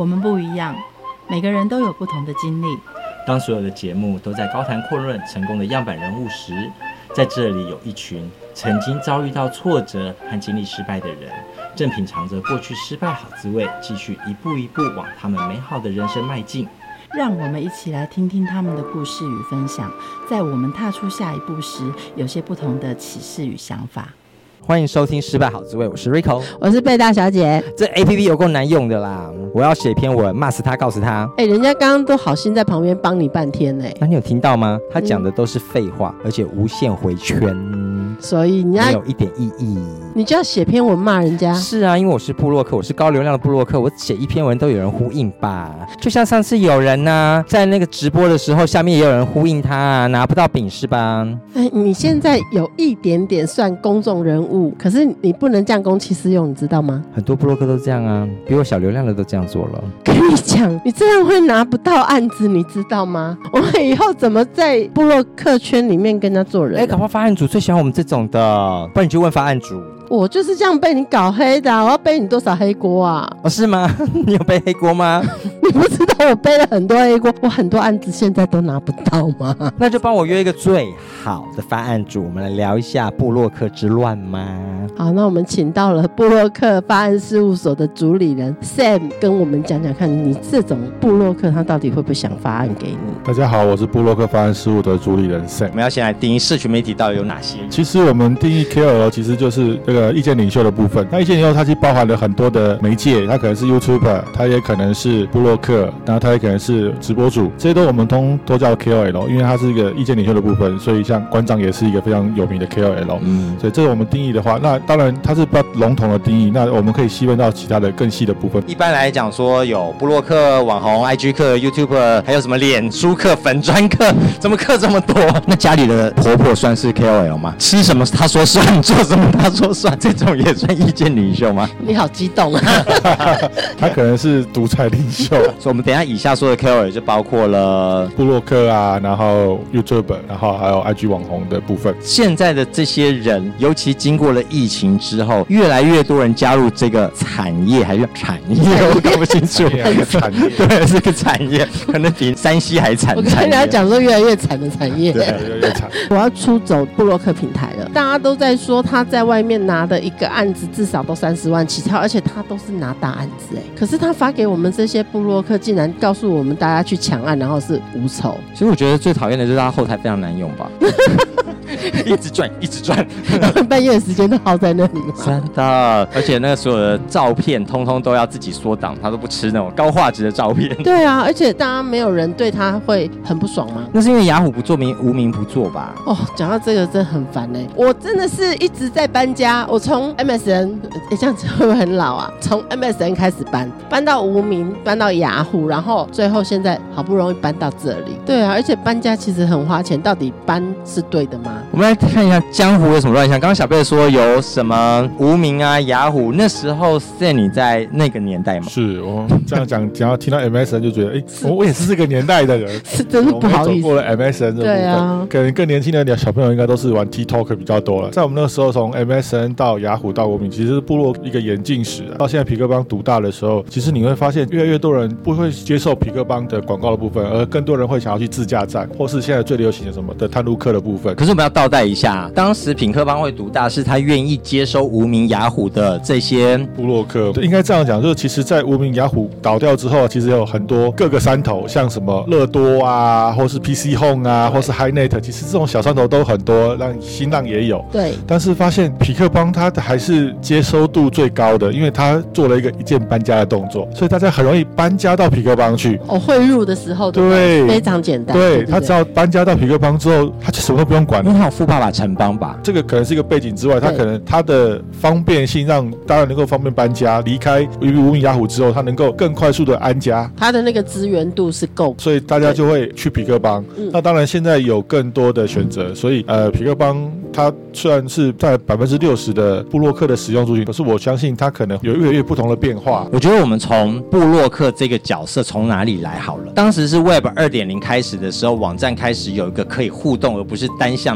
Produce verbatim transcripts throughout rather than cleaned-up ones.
我们不一样，每个人都有不同的经历。 当所有的节目都在高谈阔论成功的样板人物时，在这里有一群曾经遭遇到挫折和经历失败的人，正品尝着过去失败好滋味，继续一步一步往他们美好的人生迈进。 让我们一起来听听他们的故事与分享，在我们踏出下一步时，有些不同的启示与想法。 欢迎收听失败好滋味，我是 Rico， 我是贝大小姐。 这 A P P 有够难用的啦，我要写篇文骂死他，告诉他。 哎、欸，人家刚刚都好心在旁边帮你半天呢、欸。 那你有听到吗？他讲的都是废话、嗯，而且无限回圈， 所以你要没有一点意义。 你就要写篇文骂人家。 是啊，因为我是部落客，我是高流量的部落客，我写一篇文都有人呼应吧。就像上次有人呢、啊，在那个直播的时候，下面也有人呼应他、啊，拿不到饼是吧？ 哎，你现在有一点点算公众人物，可是你不能将公器私用，你知道吗？ 很多部落客都这样啊，比我小流量的都这样做了。 跟你讲，你这样会拿不到案子，你知道吗？我们以后怎么在部落客圈里面跟他做人？ 哎，搞不好发案组最喜欢我们这种的，不然你去问发案组。 我就是这样被你搞黑的、啊，我要背你多少黑锅啊？ 哦，是吗？你有背黑锅吗？ 你不知道我背了很多黑锅，我很多案子现在都拿不到吗？ 那就帮我约一个最好的发案组，我们来聊一下部落客之乱吗？ 好，那我们请到了部落客发案事务所的主理人 Sam 跟我们讲讲看，你这种部落客他到底会不会想发案给你？ 大家好，我是部落客发案事务的主理人 Sam。 我们要先来定义社群媒体到底有哪些？ 其实我们定义 K O L 其实就是这个意见领袖的部分。那意见领袖它其实包含了很多的媒介，它可能是 YouTuber， 它也可能是部落客，然后它也可能是直播主，这些都我们通都叫 K O L， 因为它是一个意见领袖的部分，所以像馆长也是一个非常有名的 K O L。嗯，所以这个我们定义的话，那当然它是比较笼统的定义，那我们可以细分到其他的更细的部分。 一般来讲说有部落客、网红、I G 客、YouTuber， 还有什么脸书客、粉专客，怎么客这么多？那家里的婆婆算是 K O L 吗？吃什么她说算，做什么她说算，这种也算意见领袖吗？ 你好激动啊！ 他可能是独裁领袖。 所以我们等一下以下说的 K O L 就包括了部落客啊，然后 YouTuber， 然后还有 I G 网红的部分。 现在的这些人，尤其经过了疫情之后，越来越多人加入这个产业，还是产业，我搞不清楚。 产业， 对，是个产业，可能比山西还惨。 我跟人家讲说，越来越惨的产业， 对，越来越惨。 我要出走部落客平台了，大家都在说他在外面拿的一个案子至少都三十万起跳，而且他都是拿大案子哎，可是他发给我们这些部落客，竟然告诉我们大家去抢案，然后是无酬。 其实我觉得最讨厌的就是他后台非常难用吧。一直转一直转半夜的时间都耗在那里吗？ 真的，而且那个所有的照片通通都要自己缩档，他都不吃那种高画质的照片。 对啊，而且大家没有人对他会很不爽吗？ 那是因为雅虎不做名，无名不做吧？ 哦，讲到这个真的很烦哎、欸，我真的是一直在搬家，我从 M S N， 哎、欸、这样子会不会很老啊？从 M S N 开始搬，搬到无名，搬到雅虎，然后最后现在好不容易搬到这里。对啊，而且搬家其实很花钱，到底搬是对的吗？ 我们来看一下江湖有什么乱象。刚刚小贝说有什么无名啊、雅虎，那时候是你在那个年代吗？ 是我这样讲，讲到听到 M S N 就觉得，哎、欸，我也是这个年代的人， 是真的不好意思。 我走过了 M S N 这部分，对啊，可能更年轻的小朋友应该都是玩 TikTok 比较多了。在我们那个时候，从 M S N 到雅虎到无名，其实是部落一个演进史、啊。到现在皮克邦独大的时候，其实你会发现越来越多人不会接受皮克邦的广告的部分，而更多人会想要去自驾站，或是现在最流行的什么的探路客的部分。 可是我们要倒带一下，当时品客邦会独大，是他愿意接收无名雅虎的这些部落客。应该这样讲，就是其实在无名雅虎倒掉之后，其实有很多各个山头，像什么乐多啊，或是 P C Home 啊，或是 HiNet， 其实这种小山头都很多，让新浪也有。 对。 但是发现匹克邦它还是接收度最高的，因为它做了一个一键搬家的动作，所以大家很容易搬家到匹克邦去。 哦，汇入的时候对，非常简单。 对，他只要搬家到匹克邦之后，他就什么都不用管了。 因为他有富爸爸城邦吧， 这个可能是一个背景之外，他可能他的方便性让大家能够方便搬家，离开无名雅虎之后，他能够更快速的安家， 他的那个资源度是够， 所以大家就会去匹克邦。嗯、那当然现在有更多的选择，所以呃，匹克邦它虽然是在百分之六十的部落客的使用族群，可是我相信它可能有越来越不同的变化。 我觉得我们从部落客这个角色从哪里来好了。当时是 Web 二点零 开始的时候，网站开始有一个可以互动而不是单向的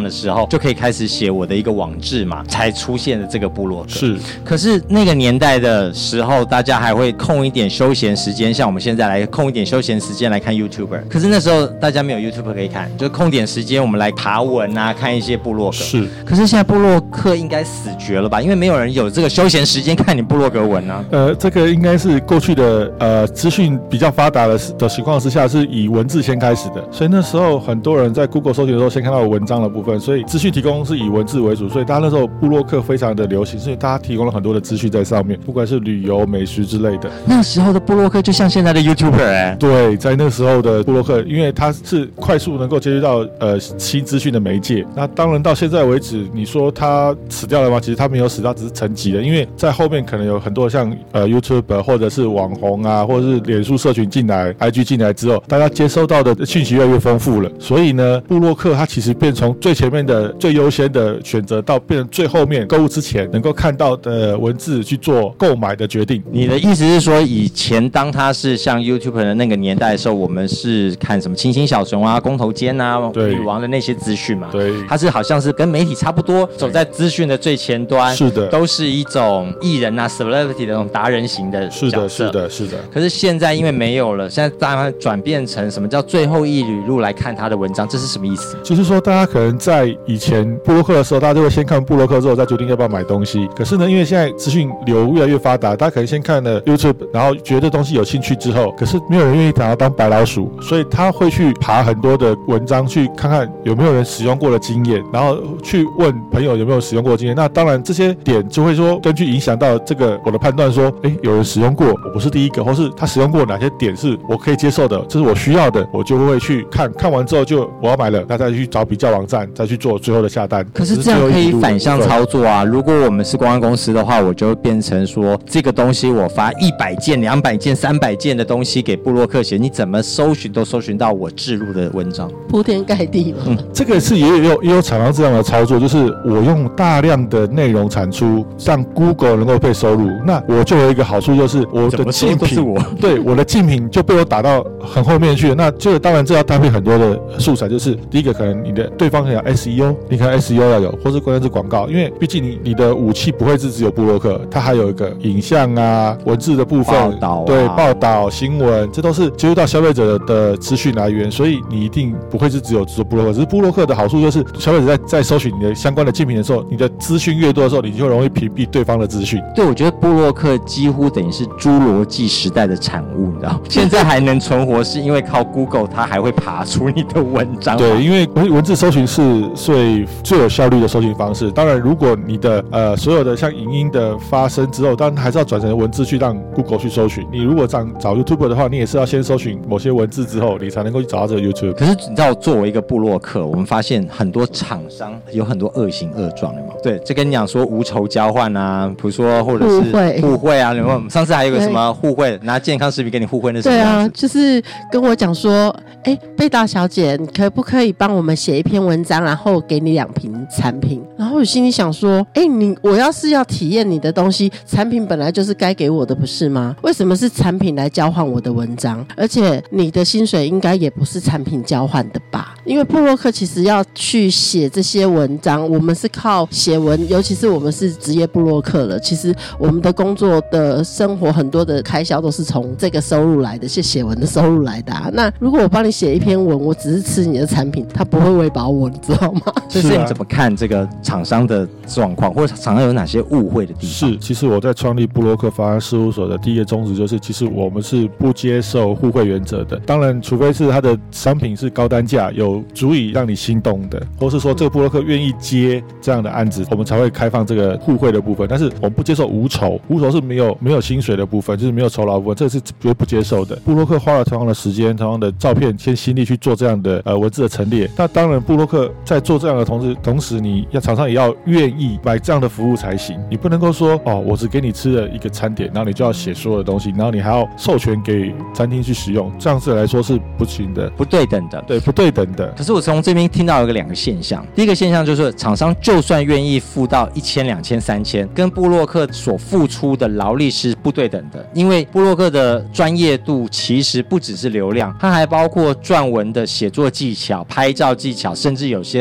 的时候，就可以开始写我的一个网志嘛，才出现的这个部落格。 是， 可是那个年代的时候，大家还会空一点休闲时间，像我们现在来空一点休闲时间来看 YouTuber。可是那时候大家没有 YouTuber 可以看，就空点时间我们来爬文啊，看一些部落格。 是。 可是现在部落客应该死绝了吧？因为没有人有这个休闲时间看你部落格文啊。 呃，这个应该是过去的呃资讯比较发达的的情况之下，是以文字先开始的，所以那时候很多人在 Google 搜寻的时候先看到文章的部分，所以资讯提供是以文字为主，所以大家那时候部落客非常的流行，所以大家提供了很多的资讯在上面，不管是旅游、美食之类的。 那时候的部落客就像现在的 YouTuber 哎、欸， 对，在那时候的部落客，因为它是快速能够接触到呃新资讯的媒介。那当然到现在为止，你说它死掉了吗？其实它没有死掉，只是沉寂了，因为在后面可能有很多像呃 YouTuber 或者是网红啊，或者是脸书社群进来 ，I G 进来之后，大家接收到的讯息越来越丰富了，所以呢，部落客它其实变从最前面的最优先的选择，到变成最后面购物之前能够看到的文字去做购买的决定。 你的意思是说，以前当它是像 YouTuber 的那个年代的时候，我们是看什么清新小熊啊、公投监啊、女王的那些资讯嘛？ 对， 它是好像是跟媒体差不多，走在资讯的最前端。 是的， 都是一种艺人啊 ，celebrity 的那种达人型的角色。 是的，是的，是的。 可是现在因为没有了，现在大家转变成什么叫最后一里路来看他的文章，这是什么意思？ 就是说，大家可能在以前部落客的时候，大家就会先看部落客之后再决定要不要买东西。可是呢，因为现在资讯流越来越发达，大家可能先看了 YouTube， 然后觉得东西有兴趣之后，可是没有人愿意想要当白老鼠，所以他会去爬很多的文章，去看看有没有人使用过的经验，然后去问朋友有没有使用过的经验。那当然这些点就会说，根据影响到这个我的判断说，哎，有人使用过，我不是第一个，或是他使用过哪些点是我可以接受的，这是我需要的，我就会去看看完之后就我要买了，那再去找比较网站，再去做最后的下单。 可是这样可以反向操作啊！如果我们是公关公司的话，我就会变成说，这个东西我发一百件、两百件、三百件的东西给部落客写，你怎么搜寻都搜寻到我置入的文章， 铺天盖地嘛。 嗯，这个是也有也有厂商这样的操作，就是我用大量的内容产出，让 Google 能够被收入，那我就有一个好处，就是我的竞品， 是我对我的竞品就被我打到很后面去了。那这个当然这要搭配很多的素材，就是第一个可能你的对方可能有 S E O， 你可能 S E O 要有，或是关键字广告，因为毕竟你你的武器不会是只有部落客，它还有一个影像啊、文字的部分， 报道、啊， 对，报道、新闻，这都是接触到消费者的资讯来源，所以你一定不会是只有只有部落客。只是部落客的好处就是，消费者在在搜寻你的相关的竞品的时候，你的资讯越多的时候，你就容易屏蔽对方的资讯。 对，我觉得部落客几乎等于是侏罗纪时代的产物，你知道，现在还能存活，是因为靠 Google， 它还会爬出你的文章。 对，因为文字搜寻是最最有效率的搜寻方式。当然，如果你的呃所有的像影音的发生之后，当然还是要转成文字去让 Google 去搜寻。你如果找找 YouTuber 的话，你也是要先搜寻某些文字之后，你才能够去找到这个 YouTube。 可是你知道，作为一个部落客，我们发现很多厂商有很多恶行恶状，有没有？对，就跟你讲说无酬交换啊，比如说或者是互惠互惠啊，有没有？上次还有个什么互惠，拿健康食品给你互惠，那是什么样子？ 对啊，就是跟我讲说，哎，贝达小姐，你可不可以帮我们写一篇文章，然后给你两瓶产品？然后我心里想说，哎，你我要是要体验你的东西，产品本来就是该给我的，不是吗？为什么是产品来交换我的文章？而且你的薪水应该也不是产品交换的吧？因为部落客其实要去写这些文章，我们是靠写文，尤其是我们是职业部落客了，其实我们的工作的生活很多的开销都是从这个收入来的，是写文的收入来的啊。那如果我帮你写一篇文，我只是吃你的产品，它不会喂饱我，你知道吗？ 所以你怎么看这个厂商的状况，或者厂商有哪些误会的地方？ 是，其实我在创立部落客发案事务所的第一个宗旨就是，其实我们是不接受互惠原则的。当然，除非是它的商品是高单价，有足以让你心动的，或是说这个部落客愿意接这样的案子，我们才会开放这个互惠的部分。但是我们不接受无酬，无酬是没有没有薪水的部分，就是没有酬劳的部分，这是绝对不接受的。部落客花了同样的时间、同样的照片、先心力去做这样的呃文字的陈列，那当然部落客在做这样的同时，同时你要厂商也要愿意买这样的服务才行。你不能够说哦，我只给你吃了一个餐点，然后你就要写所有的东西，然后你还要授权给餐厅去使用，这样子来说是不行的， 不对等的。 对，不对等的。 可是我从这边听到有个两个现象，第一个现象就是厂商就算愿意付到一千、两千、三千，跟部落客所付出的劳力是不对等的，因为部落客的专业度其实不只是流量，它还包括撰文的写作技巧、拍照技巧，甚至有些还会做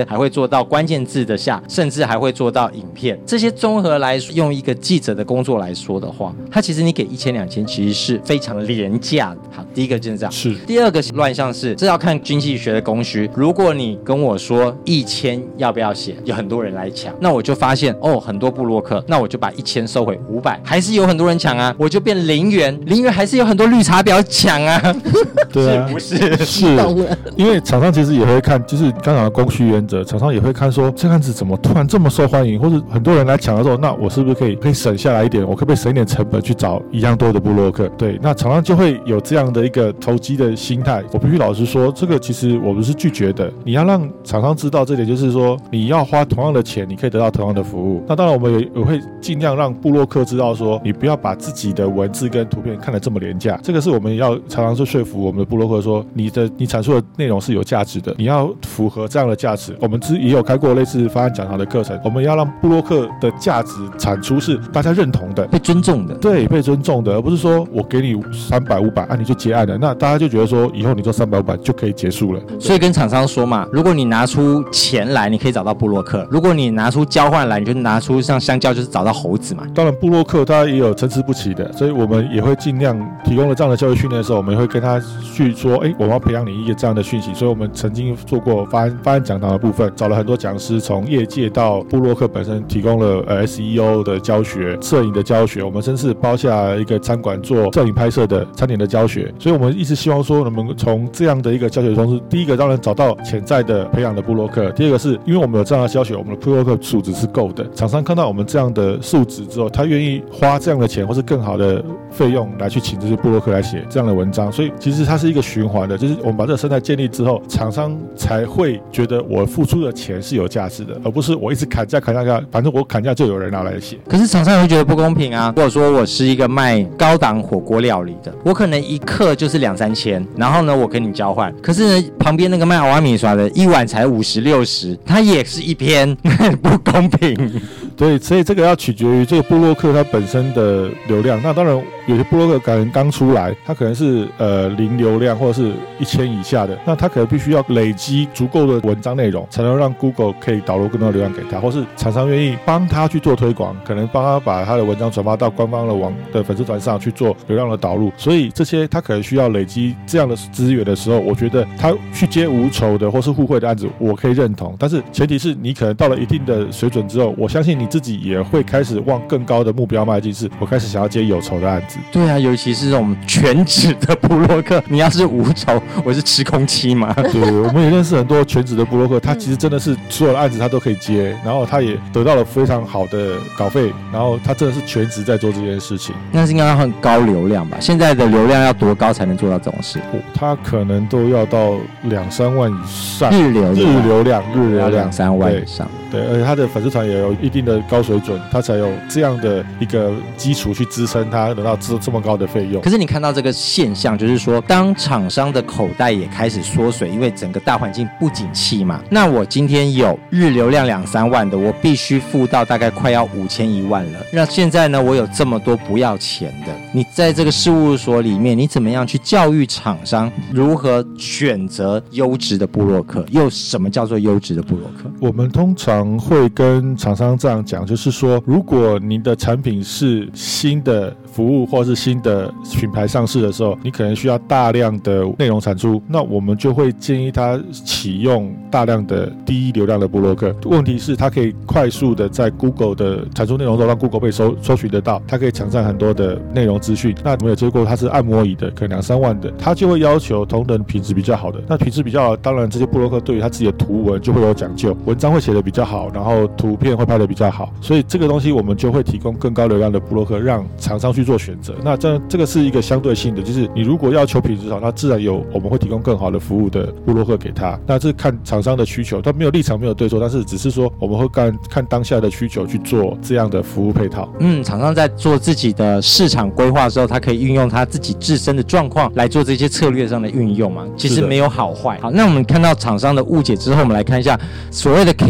到关键字的下，甚至还会做到影片。这些综合来说，用一个记者的工作来说的话，它其实你给一千两千其实是非常廉价的。好，第一个就是这样。 是。 第二个乱象是，这要看经济学的供需。如果你跟我说一千要不要写，有很多人来抢，那我就发现哦，很多部落客，那我就把一千收回五百，还是有很多人抢啊，我就变零元，零元还是有很多绿茶婊抢啊。 对啊， 是不是？ 是，因为厂商其实也会看，就是刚讲的供需原则，厂商也会看说这案子怎么突然这么受欢迎，或者很多人来抢的时候，那我是不是可以可以省下来一点？我可不可以省一点成本去找一样多的部落客？对，那厂商就会有这样的一个投机的心态。我必须老实说，这个其实我们是拒绝的。你要让厂商知道这点，就是说你要花同样的钱，你可以得到同样的服务。那当然，我们也也会尽量让部落客知道说，你不要把自己的文字跟图片看得这么廉价。这个是我们要常常去说服我们的部落客说，你的你阐述的内容是有价值的，你要符合这样的价值。我们之也有开过类似发案讲堂的课程，我们要让部落客的价值产出是大家认同的、 被尊重的， 对，被尊重的，而不是说我给你三百五百，啊你就结案了，那大家就觉得说以后你做三百五百就可以结束了。 所以跟厂商说嘛，如果你拿出钱来，你可以找到部落客；如果你拿出交换来，你就拿出像香蕉，就是找到猴子嘛。 当然，部落客他也有参差不齐的，所以我们也会尽量提供了这样的教育训练的时候，我们也会跟他去说，哎，我们要培养你一个这样的讯息。所以我们曾经做过发案发案讲堂的部分，找了很多讲师，从业界到部落客本身，提供了呃 S E O 的教学、摄影的教学，我们甚至包下一个餐馆做摄影拍摄的餐点的教学。所以我们一直希望说，能不能从这样的一个教学中，是第一个当然找到潜在的培养的部落客，第二个是因为我们有这样的教学，我们的部落客素质是够的。厂商看到我们这样的素质之后，他愿意花这样的钱或是更好的费用来去请这些部落客来写这样的文章。所以其实它是一个循环的，就是我们把这个生态建立之后，厂商才会觉得我付出的钱是有价值的，而不是我一直砍价砍价，反正我砍价就有人拿来写。 可是厂商也会觉得不公平啊。如果说我是一个卖高档火锅料理的，我可能一克就是两三千，然后呢我跟你交换，可是呢旁边那个卖蚵仔米刷的一碗才五十六十，他也是一篇，不公平。 对，所以这个要取决于这个部落客它本身的流量。那当然有些部落客可能刚出来，它可能是呃零流量或者是一千以下的，那它可能必须要累积足够的文章内容，才能让 Google 可以导入更多的流量给他，或是厂商愿意帮他去做推广，可能帮他把他的文章转发到官方的网的粉丝团上去做流量的导入。所以这些他可能需要累积这样的资源的时候，我觉得他去接无酬的或是互惠的案子，我可以认同。但是前提是你可能到了一定的水准之后，我相信你自己也会开始往更高的目标迈进，是我开始想要接有酬的案子。 对啊，尤其是这种全职的部落客，你要是无酬，我是吃空气嘛。 对，我们也认识很多全职的部落客，他其实真的是所有的案子他都可以接，然后他也得到了非常好的稿费，然后他真的是全职在做这件事情。 那是应该要很高流量吧？现在的流量要多高才能做到这种事？ 哦，他可能都要到两三万以上。 日流日流量，日流量两三万以上。 对，而且他的粉丝团也有一定的高水准，他才有这样的一个基础去支撑他得到这这么高的费用。 可是你看到这个现象，就是说，当厂商的口袋也开始缩水，因为整个大环境不景气嘛。那我今天有日流量两三万的，我必须付到大概快要五千一万了。那现在呢，我有这么多不要钱的，你在这个事务所里面，你怎么样去教育厂商如何选择优质的部落客？又什么叫做优质的部落客？ 我们通常会跟厂商这样讲，就是说，如果您的产品是新的服务或是新的品牌上市的时候，你可能需要大量的内容产出，那我们就会建议他启用大量的低流量的部落客。问题是他可以快速的在 Google 的产出内容中让 Google 被搜搜寻得到，他可以抢占很多的内容资讯。那我们有接过他是按摩椅的，可能两三万的，他就会要求同等品质比较好的。那品质比较好，当然这些部落客对于他自己的图文就会有讲究，文章会写得比较好，然后图片会拍得比较好，所以这个东西我们就会提供更高流量的部落客，让厂商去做选择。那这这个是一个相对性的，就是你如果要求品质好，那自然有我们会提供更好的服务的部落客给他。那这是看厂商的需求，他没有立场，没有对错，但是只是说我们会看看当下的需求去做这样的服务配套。 嗯，厂商在做自己的市场规划的时候，他可以运用他自己自身的状况来做这些策略上的运用嘛。其实没有好坏。好，那我们看到厂商的误解之后，我们来看一下所谓的 K O L 的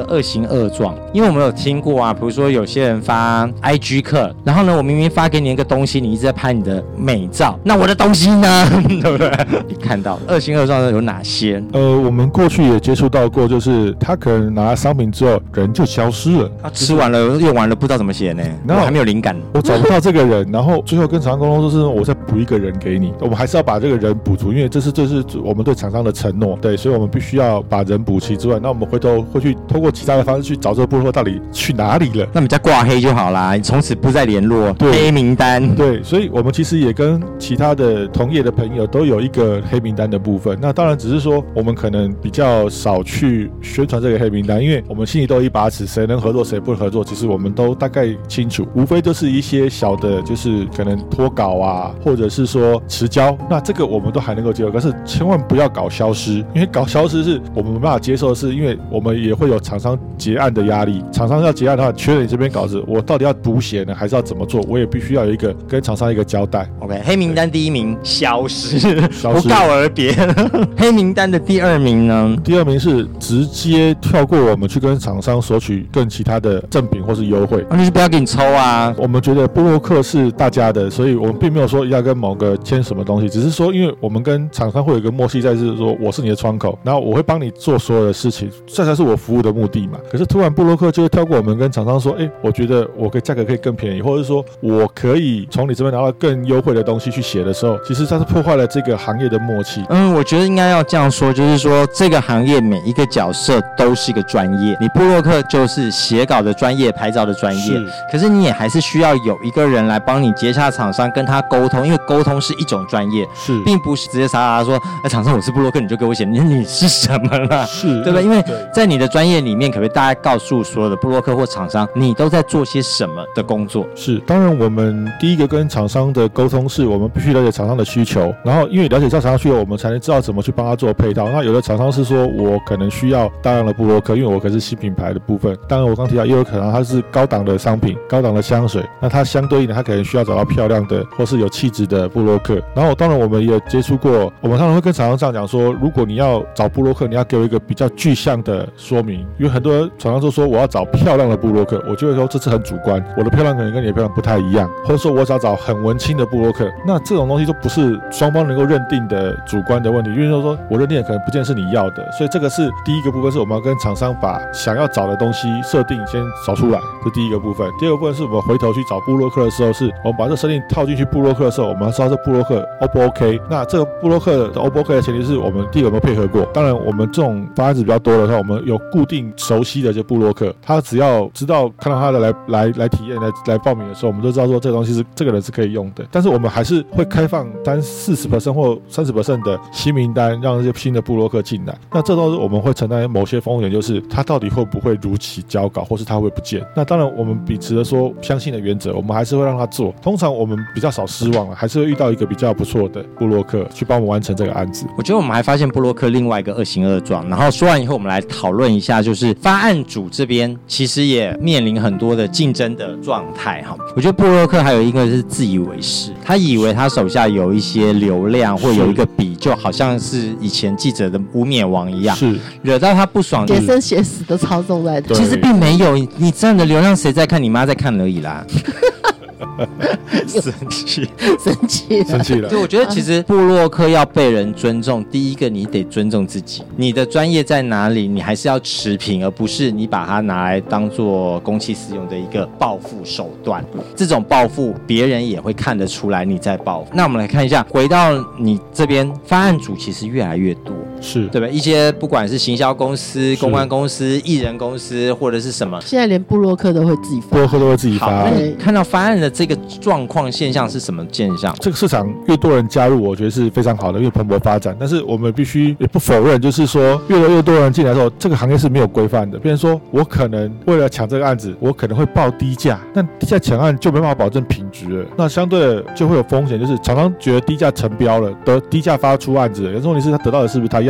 恶行恶状。因为我们有听过啊，比如说有些人发 I G 课，然后呢，我明明发给你一个东西，你一直在拍你的美照，那我的东西呢？对不对？你看到恶行恶状有哪些？ 呃，我们过去也接触到过，就是他可能拿了商品之后，人就消失了， 他吃完了用完了，不知道怎么写呢，我还没有灵感， 我找不到这个人，然后最后跟厂商沟通说是我再补一个人给你，我们还是要把这个人补足，因为这是这是我们对厂商的承诺，对，所以我们必须要把人补齐之外，那我们回头会去透过其他的方式去找这个部落客到底去哪里了， 那你再挂黑就好啦，你从此不再联络，黑名单。 对，所以我们其实也跟其他的同业的朋友都有一个黑名单的部分，那当然只是说我们可能比较少去宣传这个黑名单，因为我们心里都有一把尺，谁能合作谁不能合作，其实我们都大概清楚，无非就是一些小的，就是可能脱稿啊，或者是说迟交，那这个我们都还能够接受，可是千万不要搞消失，因为搞消失是我们没办法接受的是，因为我们也会有厂商结案的压力，厂商要结案的话，缺了你这边稿子，我到底要补写呢，还是要怎么做，我也必须要有一个跟厂商一个交代。 OK， 黑名单第一名消失，不告而别。黑名单的第二名呢？ 第二名是直接跳过我们去跟厂商索取更其他的赠品或是优惠， 那、啊、就是不要给你抽啊。 我们觉得部落客是大家的，所以我们并没有说要跟某个签什么东西，只是说因为我们跟厂商会有一个默契在，是说我是你的窗口，然后我会帮你做所有的事情，这才是我服务的目的嘛。可是突然部落客就会跳过我们跟厂商说，哎，我觉得我可以价格可以更便宜，或者是说我可以从你这边拿到更优惠的东西去写的时候，其实它是破坏了这个行业的默契。 嗯，我觉得应该要这样说，就是说这个行业每一个角色都是一个专业，你部落客就是写稿的专业，拍照的专业，是，可是你也还是需要有一个人来帮你接洽厂商，跟他沟通，因为沟通是一种专业， 是， 并不是直接傻傻说，哎，厂商我是部落客，你就给我写，你你是什么啦？ 是， 对吧？因为在你的专业里面，可不可以大概告诉所有的部落客或厂商，你都在做些什么的工作？ 是，当然我们第一个跟厂商的沟通是我们必须了解厂商的需求，然后因为了解到厂商需求，我们才能知道怎么去帮他做配套。那有的厂商是说我可能需要大量的部落客，因为我可是新品牌的部分。当然我刚提到也有可能它是高档的商品，高档的香水，那它相对应的它可能需要找到漂亮的或是有气质的部落客。然后当然我们也有接触过，我们当然会跟厂商这样讲说，如果你要找部落客，你要给我一个比较具象的说明，因为很多厂商都说我要找漂亮的部落客，我就会说这是很主观，我的漂亮可能跟你的漂亮不太一样，或者说我想找很文青的部落客，那这种东西都不是双方能够认定的主观的问题，因为说我认定的可能不见得是你要的，所以这个是第一个部分，是我们要跟厂商把想要找的东西设定先找出来，这第一个部分。第二个部分是我们回头去找部落客的时候，是我们把这设定套进去部落客的时候，我们要知道这部落客 O 不 OK。那这个部落客的 O 不 OK 的前提是我们第一个有没有配合过。当然，我们这种发案子比较多的话，我们有固定熟悉的这部落客，他只要知道看到他的来来来体验来来报名的时候，我们就知道说这个东西是这个人是可以用的。但是我们还是会开放三四十 percent 或三十 percent 的新名单，让这些新的部落客进来。那这都是我们会承担某些风险，就是他到底会不会如期交稿，或是他会不见。那当然，我们秉持着说相信的原则，我们还是会让他做。通常我们比较少失望了，还是会遇到一个比较不错的部落客去帮我们完成这个案子。 我觉得我们还发现部落客另外一个恶行恶状。然后说完以后，我们来讨论一下，就是发案主这边其实也面临很多的竞争的状态哈。我觉得部落客还有一个是自以为是，他以为他手下有一些流量或有一个笔，就好像是以前记者的污蔑王一样， 是惹到他不爽， 写生写死都操纵在。 其实并没有，你这样的流量谁在看？你妈在看而已啦。生气， 生气了， 生气了。 就我觉得，其实部落客要被人尊重，第一个你得尊重自己，你的专业在哪里，你还是要持平，而不是你把它拿来当做公器私用的一个报复手段。这种报复，别人也会看得出来你在报复。那我们来看一下，回到你这边，发案组其实越来越多， 是对吧？一些不管是行销公司、公关公司、艺人公司，或者是什么， 现在连部落客都会自己发， 部落客都会自己发。 看到发案的这个状况现象是什么现象？ 这个市场越多人加入，我觉得是非常好的，因为蓬勃发展。但是我们必须也不否认，就是说越来越多人进来的时候，这个行业是没有规范的。比如说，我可能为了抢这个案子，我可能会报低价，但低价抢案就没办法保证品质了。那相对的就会有风险，就是厂商觉得低价成标了，得低价发出案子了，有时候问题是他得到的是不是他要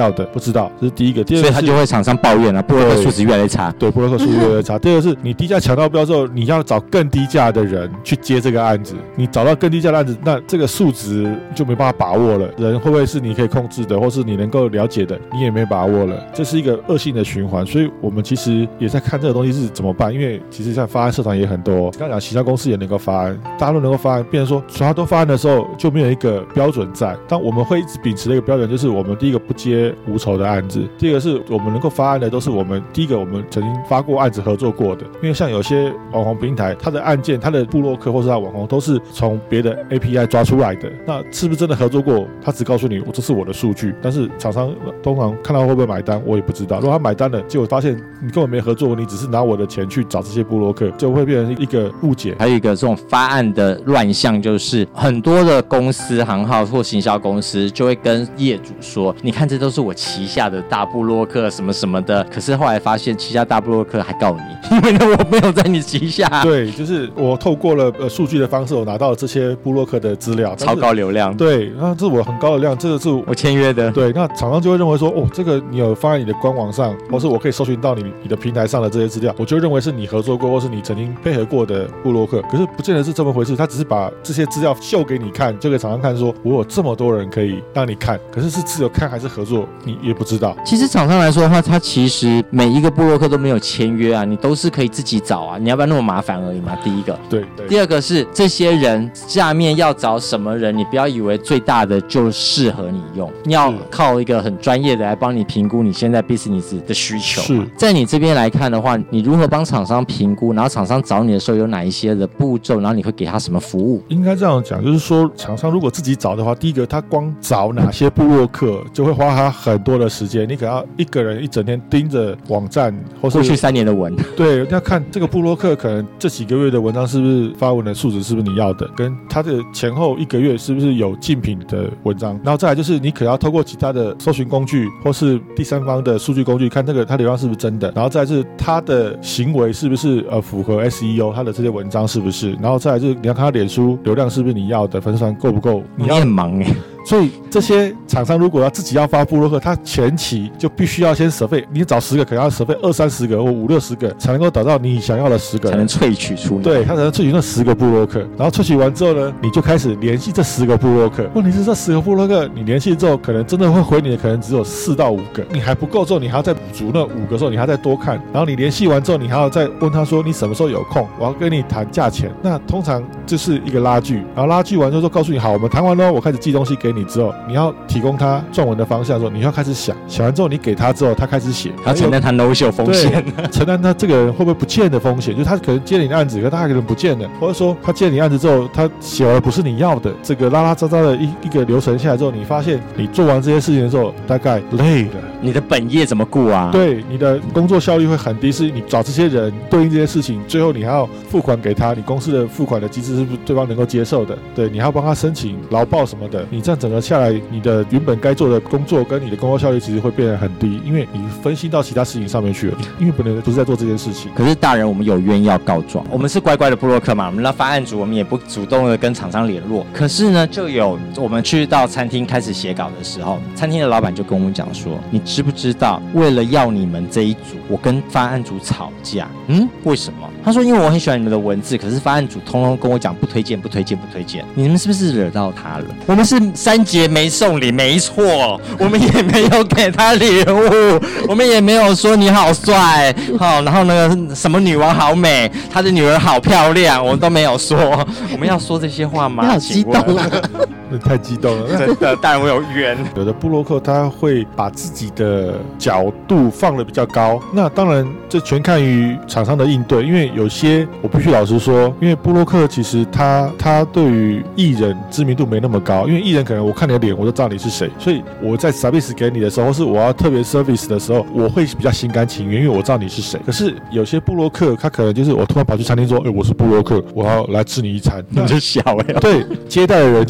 要的？不知道，这是第一个。第二个所以他就会厂商抱怨啊，部落客素质越来越差。 对，部落客素质越来越差。第二个是你低价抢到标之后，你要找更低价的人去接这个案子，你找到更低价的案子，那这个数值就没办法把握了。人会不会是你可以控制的，或是你能够了解的，你也没把握了，这是一个恶性的循环。所以我们其实也在看这个东西是怎么办，因为其实像发案社团也很多，刚刚讲行销公司也能够发案，大家都能够发案，变成说所有都发案的时候就没有一个标准在。但我们会一直秉持的一个标准，就是我们第一个不接无酬的案子，第二个是我们能够发案的都是我们第一个我们曾经发过案子合作过的。因为像有些网红平台，它的案件、它的部落客或是它网红都是从别的 A P I 抓出来的，那是不是真的合作过？他只告诉你，这是我的数据，但是厂商通常看到会不会买单，我也不知道。如果他买单了，结果发现你根本没合作过，你只是拿我的钱去找这些部落客，就会变成一个误解。 还有一个这种发案的乱象，就是很多的公司行号或行销公司就会跟业主说，你看这都是我旗下的大部落客什么什么的，可是后来发现旗下大部落客还告你，因为呢我没有在你旗下。 对，就是我透过了呃数据的方式，我拿到了这些部落客的资料， 超高流量。 对，那这是我很高的量，这个是我签约的。 对，那厂商就会认为说，哦，这个你有放在你的官网上，或是我可以搜寻到你你的平台上的这些资料，我就认为是你合作过或是你曾经配合过的部落客。可是不见得是这么回事，他只是把这些资料秀给你看，就给厂商看说，我有这么多人可以让你看，可是是只有看还是合作，你也不知道。 其实厂商来说的话，他其实每一个部落客都没有签约啊，你都是可以自己找啊，你要不要那么麻烦而已嘛？第一个， 对对。 第二个是这些人下面要找什么人，你不要以为最大的就适合你用，你要靠一个很专业的来帮你评估你现在 business 的需求。 是在你这边来看的话，你如何帮厂商评估，然后厂商找你的时候有哪一些的步骤，然后你会给他什么服务？ 应该这样讲，就是说厂商如果自己找的话，第一个他光找哪些部落客就会花他很多的时间，你可能要一个人一整天盯着网站，或是过去三年的文， 对，要看这个部落客可能这几个月的文章是不是发文的素质是不是你要的，跟他的前后一个月是不是有竞品的文章，然后再来就是你可能要透过其他的搜寻工具或是第三方的数据工具看这个他流量是不是真的，然后再来是他的行为是不是呃符合 S E O， 他的这些文章是不是，然后再来就是你要看他脸书流量是不是你要的，粉丝团够不够， 你要很忙哎。 所以这些厂商如果要自己要发部落客，他前期就必须要先舍费，你找十个可能要舍费二三十个或五六十个，才能够找到你想要的十个， 才能萃取出来。 对，他才能萃取那十个部落客，然后萃取完之后呢，你就开始联系这十个部落客。问题是这十个部落客，你联系之后，可能真的会回你的可能只有四到五个，你还不够之后，你还要再补足那五个之后，你还要再多看，然后你联系完之后，你还要再问他说你什么时候有空，我要跟你谈价钱。那通常就是一个拉锯，然后拉锯完之后告诉你好，我们谈完了，我开始寄东西给你之后，你要提供他撰文的方向的时候，你要开始想，想完之后你给他之后，他开始写， 他承担他 no show 风险， 承担他这个人会不会不见的风险，就是他可能接你的案子，可他可能不见了，或者说他接你案子之后，他写完的不是你要的，这个拉拉杂杂的一一个流程下来之后，你发现你做完这些事情的时候，大概累了， 你的本业怎么顾啊？ 对，你的工作效率会很低，是你找这些人对应这些事情，最后你还要付款给他，你公司的付款的机制是不是对方能够接受的？对，你还要帮他申请劳报什么的，你这样整个下来，你的原本该做的工作跟你的工作效率其实会变得很低，因为你分析到其他事情上面去了，因为本来不是在做这件事情。 可是大人，我们有冤要告状，我们是乖乖的部落客嘛，我们那发案组我们也不主动的跟厂商联络。可是呢，就有我们去到餐厅开始写稿的时候，餐厅的老板就跟我们讲说，你知不知道为了要你们这一组，我跟发案组吵架。嗯，为什么？他说因为我很喜欢你们的文字，可是发案组通通跟我讲不推荐不推荐不推荐，你们是不是惹到他了？我们是三节没送礼，没错，我们也没有给他礼物，我们也没有说你好帅好，然后呢什么女王好美，他的女儿好漂亮，我们都没有说。我们要说这些话吗？ 你好激动啊！ 那太激动了， 真的，当然我有冤。 有的部落客他会把自己的角度放得比较高，那当然这全看于厂商的应对，因为有些我必须老实说，因为部落客其实他他对于艺人知名度没那么高，因为艺人可能我看你的脸我就知道你是谁，所以我在 service 给你的时候，或是我要特别 service 的时候，我会比较心甘情愿，因为我知道你是谁。可是有些部落客他可能就是我突然跑去餐厅说，哎、欸，我是部落客，我要来吃你一餐， 你就小哎、欸， 对，接待的人就会觉得，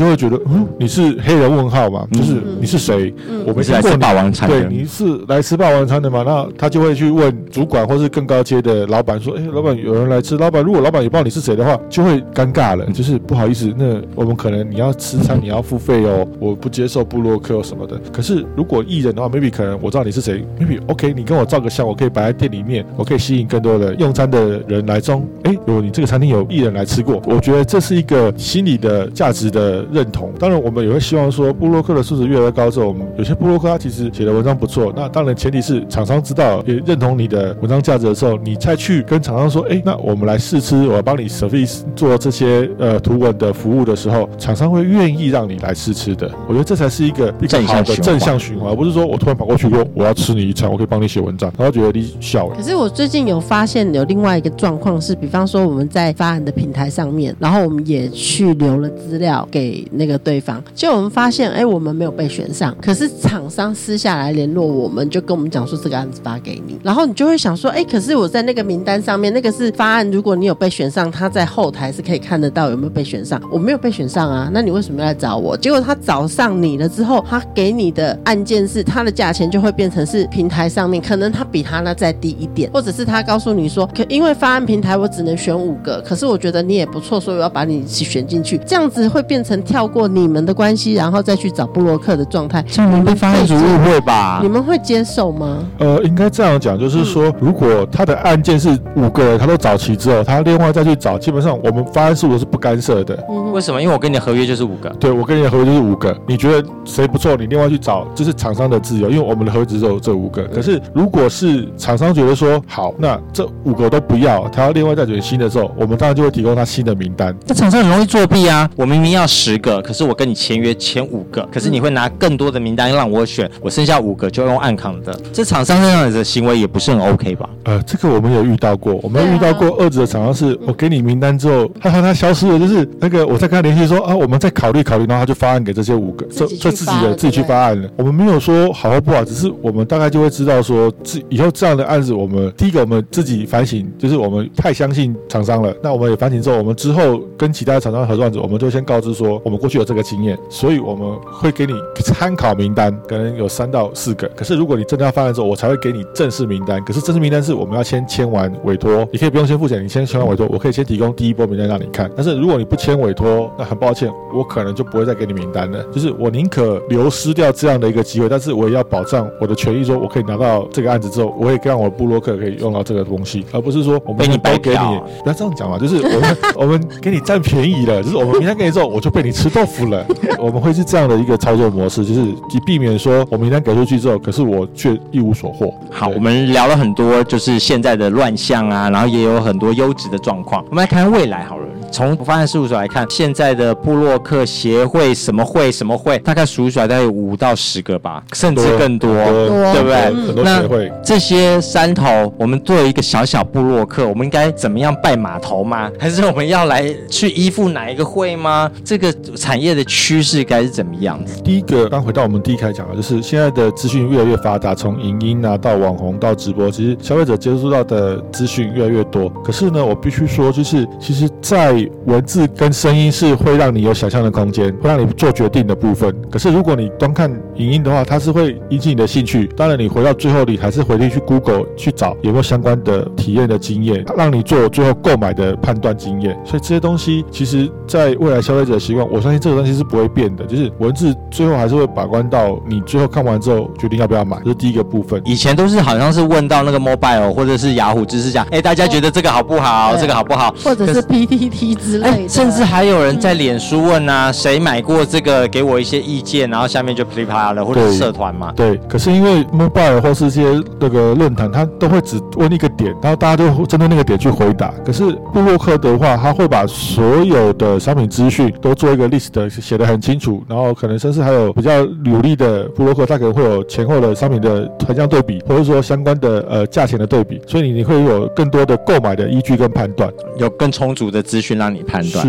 嗯，你是黑人问号嘛？就是你是谁？我没是来吃霸王餐的， 对，你是来吃霸王餐的吗？那他就会去问主管或是更高阶的老板说，哎，老板有人来吃，老板如果老板也不知道你是谁的话，就会尴尬了，就是不好意思，那我们可能你要吃餐你要付费哦，我不接受部落客什么的。可是如果艺人的话 ，maybe 可能我知道你是谁 ，maybe OK， 你跟我照个相，我可以摆在店里面，我可以吸引更多的用餐的人来中。哎，如果你这个餐厅有艺人来吃过，我觉得这是一个心理的价值的认同。当然，我们也会希望说，部落客的素质越来越高之后，我们有些部落客他其实写的文章不错，那当然前提是厂商知道也认同你的文章价值的时候，你再去跟厂商说，哎，那我们来试吃，我要帮你 service 做这些呃图文的服务的时候，厂商会愿意让你来试吃的。我觉得这才是一个一个好的正向循环，而不是说我突然跑过去说我要吃你一餐，我可以帮你写文章，然后觉得你笑。 可是我最近有发现有另外一个状况是，比方说我们在发案的平台上面，然后我们也去留了资料给那个对方，结果我们发现，哎，我们没有被选上，可是厂商私下来联络我们，就跟我们讲说这个案子发给你，然后你就会想说，哎，可是我在那个名单上面，那个是发案，如果你有被选上，他在后台是可以看得到有没有被选上，我没有被选上啊，那你为什么要来找我？结果他找上你了之后，他给你的案件是他的价钱就会变成是平台上面，可能他比他那再低一点，或者是他告诉你说，可因为发案平台我只能选五个，可是我觉得你也不错，所以我要把你选进去，这样子会变成跳过你们的关系，然后再去找部落客的状态， 这样能被发案主误会吧？ 你们会接受吗？ 呃，应该这样讲，就是说，嗯、如果他的案件是五个人，他都找齐之后，他另外再去找，基本上我们发案事务是不干涉的。 嗯、为什么？因为我跟你的合约就是五个。 对，我跟你的合约就是五个。你觉得谁不错，你另外去找，这是厂商的自由，因为我们的合约只有这五个。可是如果是厂商觉得说好，那这五个都不要，他要另外再选新的时候，我们当然就会提供他新的名单。 那厂商很容易作弊啊！我明明要十个，可是我跟你签约签五个，可是你会拿更多的名单让我选，我剩下五个就用暗扛的。这厂商这样子的行为也不是很 OK 吧？ 呃，这个我们有遇到过，我们有遇到过二子的厂商是，我给你名单之后，他他消失了，就是那个我再跟他联系说啊，我们再考虑考虑，然后他就发案给这些五个，这这自己的自己去发案了。我们没有说好或不好，只是我们大概就会知道说，以后这样的案子，我们第一个我们自己反省，就是我们太相信厂商了。那我们也反省之后，我们之后跟其他厂商合作案子，我们就先告知说，我们过去有这个经验，所以我们会给你参考名单，可能有三到四个。可是如果你真的要发案之后，我才会给你正式名单。可是正式名单是我们要先签完委托，你可以不用先付钱，你先签完委托，我可以先提供第一波名单让你看。但是如果你不签委托，那很抱歉，我可能就不会再给你名单了。就是我宁可流失掉这样的一个机会，但是我也要保障我的权益，说我可以拿到这个案子之后，我也让我的部落客可以用到这个东西，而不是说我们都给你，不要这样讲嘛，就是我们我们给你占便宜了，就是我们名单给你之后，我就被你吃豆腐了。我们会是这样的一个操作模式，就是避免说我名单给出去之后，可是我却一无所获。 好，我们聊了很多，就是现在的乱象啊，然后也有很多优质的状况。我们来看看未来好了。从发案事务所来看，现在的部落客协会什么会什么会，大概数出来大概有五到十个吧，甚至更多，对不对？ 很多协会。 这些山头，我们作为一个小小部落客，我们应该怎么样拜码头吗？还是我们要来去依附哪一个会吗？这个产业的趋势该是怎么样子？ 第一个，刚回到我们第一开讲的，就是现在的资讯越来越发达，从影音啊到网红到直播，其实消费者接触到的资讯越来越多。可是呢，我必须说，就是其实，在文字跟声音是会让你有想象的空间，会让你做决定的部分。可是如果你端看影音的话，它是会引起你的兴趣。当然，你回到最后，你还是回去去 Google 去找有没有相关的体验的经验，让你做最后购买的判断经验。所以这些东西，其实在未来消费者的习惯，我相信这个东西是不会变的。就是文字最后还是会把关到你最后看完之后决定要不要买，这是第一个部分。 以前都是好像是问到那个 mobile 或者是雅虎知识家，哎，大家觉得这个好不好？这个好不好？ 或者是 P T T 之类的， 甚至还有人在脸书问啊，谁、嗯、买过这个，给我一些意见，然后下面就噼里啪啦了，或者是社团嘛。 对，可是因为 mobile 或是一些那个论坛，他都会只问一个点，然后大家就针对那个点去回答。可是部落客的话，他会把所有的商品资讯都做一个 list 写得很清楚，然后可能甚至还有比较努力的部落客，他可能会有前后的商品的横向对比，或者说相关的呃价钱的对比，所以你会有更多的购买的依据跟判断， 有更充足的资讯让你判断。 是的。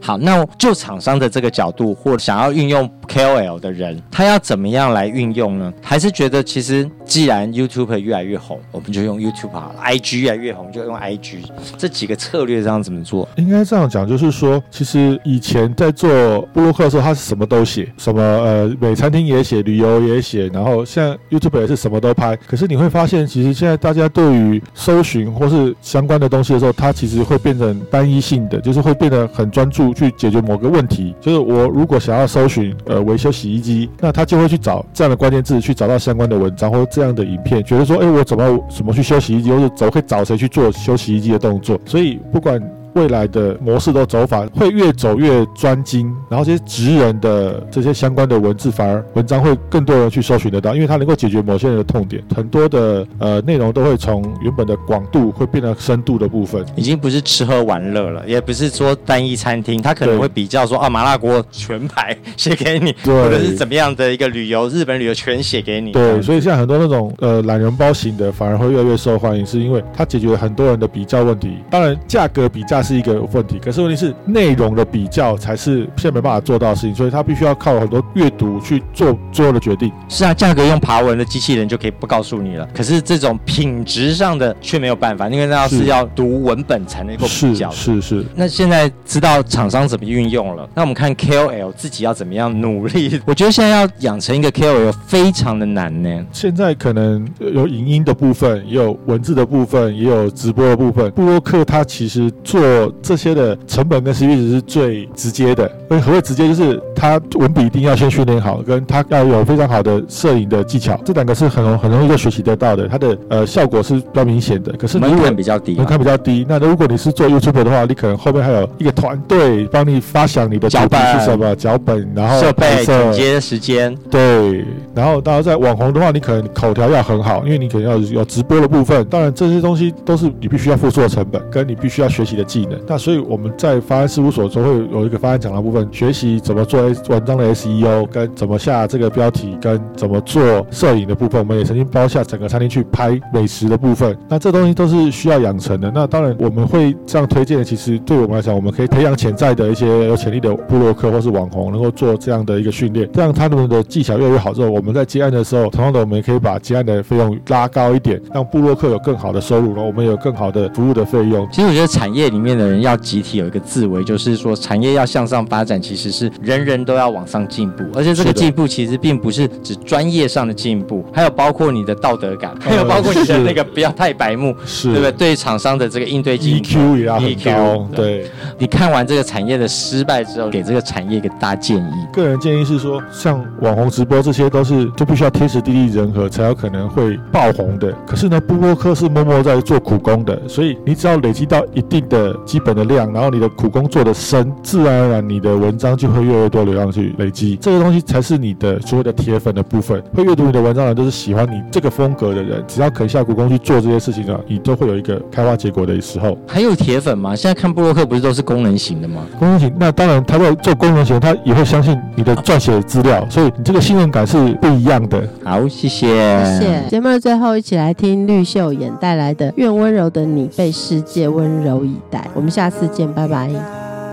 好，那就厂商的这个角度，或想要运用 K O L 的人，他要怎么样来运用呢？还是觉得其实既然 YouTube 越来越红，我们就用 YouTube 好了 ，I G 越来越红就用 I G， 这几个策略这样怎么做？ 应该这样讲，就是说，其实以前在做部落客的时候，他是什么都写，什么呃美餐厅也写，旅游也写，然后现在 YouTube 也是什么都拍。可是你会发现，其实现在大家对于搜寻或是相关的东西的时候，它其实会变成单一性的，就是会变得很专注去解决某个问题。就是我如果想要搜寻呃维修洗衣机，那他就会去找这样的关键字，去找到相关的文章或这样的影片，觉得说，哎，我怎么怎么去修洗衣机，或者怎么会找谁去做修洗衣机的动作。所以不管未来的模式的走法会越走越专精，然后这些职人的这些相关的文字，反而文章会更多人去搜寻得到，因为它能够解决某些人的痛点。很多的呃内容都会从原本的广度会变得深度的部分， 已经不是吃喝玩乐了，也不是说单一餐厅，它可能会比较说啊麻辣锅全排写给你，或者是怎么样的一个旅游，日本旅游全写给你。 对，所以现在很多那种呃懒人包型的反而会越来越受欢迎，是因为它解决了很多人的比较问题。当然价格比价是一个问题，可是问题是内容的比较才是现在没办法做到的事情，所以它必须要靠很多阅读去做最后的决定。 是啊，价格用爬文的机器人就可以不告诉你了，可是这种品质上的却没有办法，因为那是要读文本才能够比较的。 是是是。 那现在知道厂商怎么运用了，那我们看 K O L 自己要怎么样努力。我觉得现在要养成一个 K O L 非常的难呢。 现在可能有影音的部分，也有文字的部分，也有直播的部分。部落客它其实做这些的成本跟 C P 值是最直接的。所以何谓直接？就是他文笔一定要先训练好，跟他要有非常好的摄影的技巧，这两个是很很容易就学习得到的，它的呃效果是比较明显的。可是门槛比较低， 门槛比较低。那如果你是做 YouTube 的话，你可能后面还有一个团队帮你发想你的主题是什么，脚本，然后设备、剪接的时间， 对。然后当然在网红的话，你可能口条要很好，因为你可能要有直播的部分。当然这些东西都是你必须要付出的成本，跟你必须要学习的技能。那所以我们在发案事务所中会有一个发案讲的部分，学习怎么做文章的 S E O， 跟怎么下这个标题，跟怎么做摄影的部分。我们也曾经包下整个餐厅去拍美食的部分。那这东西都是需要养成的。那当然我们会这样推荐的，其实对我们来讲，我们可以培养潜在的一些有潜力的部落客或是网红，能够做这样的一个训练，这样他们的技巧越来越好之后，我们在接案的时候，同样的我们也可以把接案的费用拉高一点，让部落客有更好的收入，然后我们有更好的服务的费用。 其实我觉得产业里面的人要集体有一个自为，就是说产业要向上发展，其实是人人都要往上进步，而且这个进步其实并不是指专业上的进步，还有包括你的道德感，还有包括你的那个不要太白目， 是对不对？对厂商的这个应对进步 E Q 也要很高。对， 你看完这个产业的失败之后，给这个产业一个大建议。 个人建议是说，像网红直播这些都是就必须要天时地利人和才有可能会爆红的。可是呢，部落客是默默在做苦工的，所以你只要累积到一定的基本的量，然后你的苦工做得深，自然而然你的文章就会越来越多流量去累积。这个东西才是你的所谓的铁粉的部分。会阅读你的文章的人都是喜欢你这个风格的人，只要肯下苦工去做这些事情呢，你都会有一个开花结果的时候。 还有铁粉吗？现在看部落客不是都是功能型的吗？ 功能型，那当然他在做功能型，他也会相信你的撰写资料，所以你这个信任感是不一样的。 好，谢谢。 谢谢。节目的最后，一起来听绿秀妍带来的《愿温柔的你被世界温柔以待》。我们下次见，拜拜。 用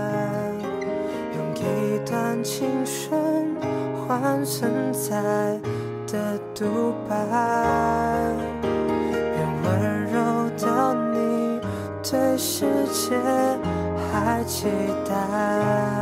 一段青春换存在的独白，愿温柔的你对世界还期待。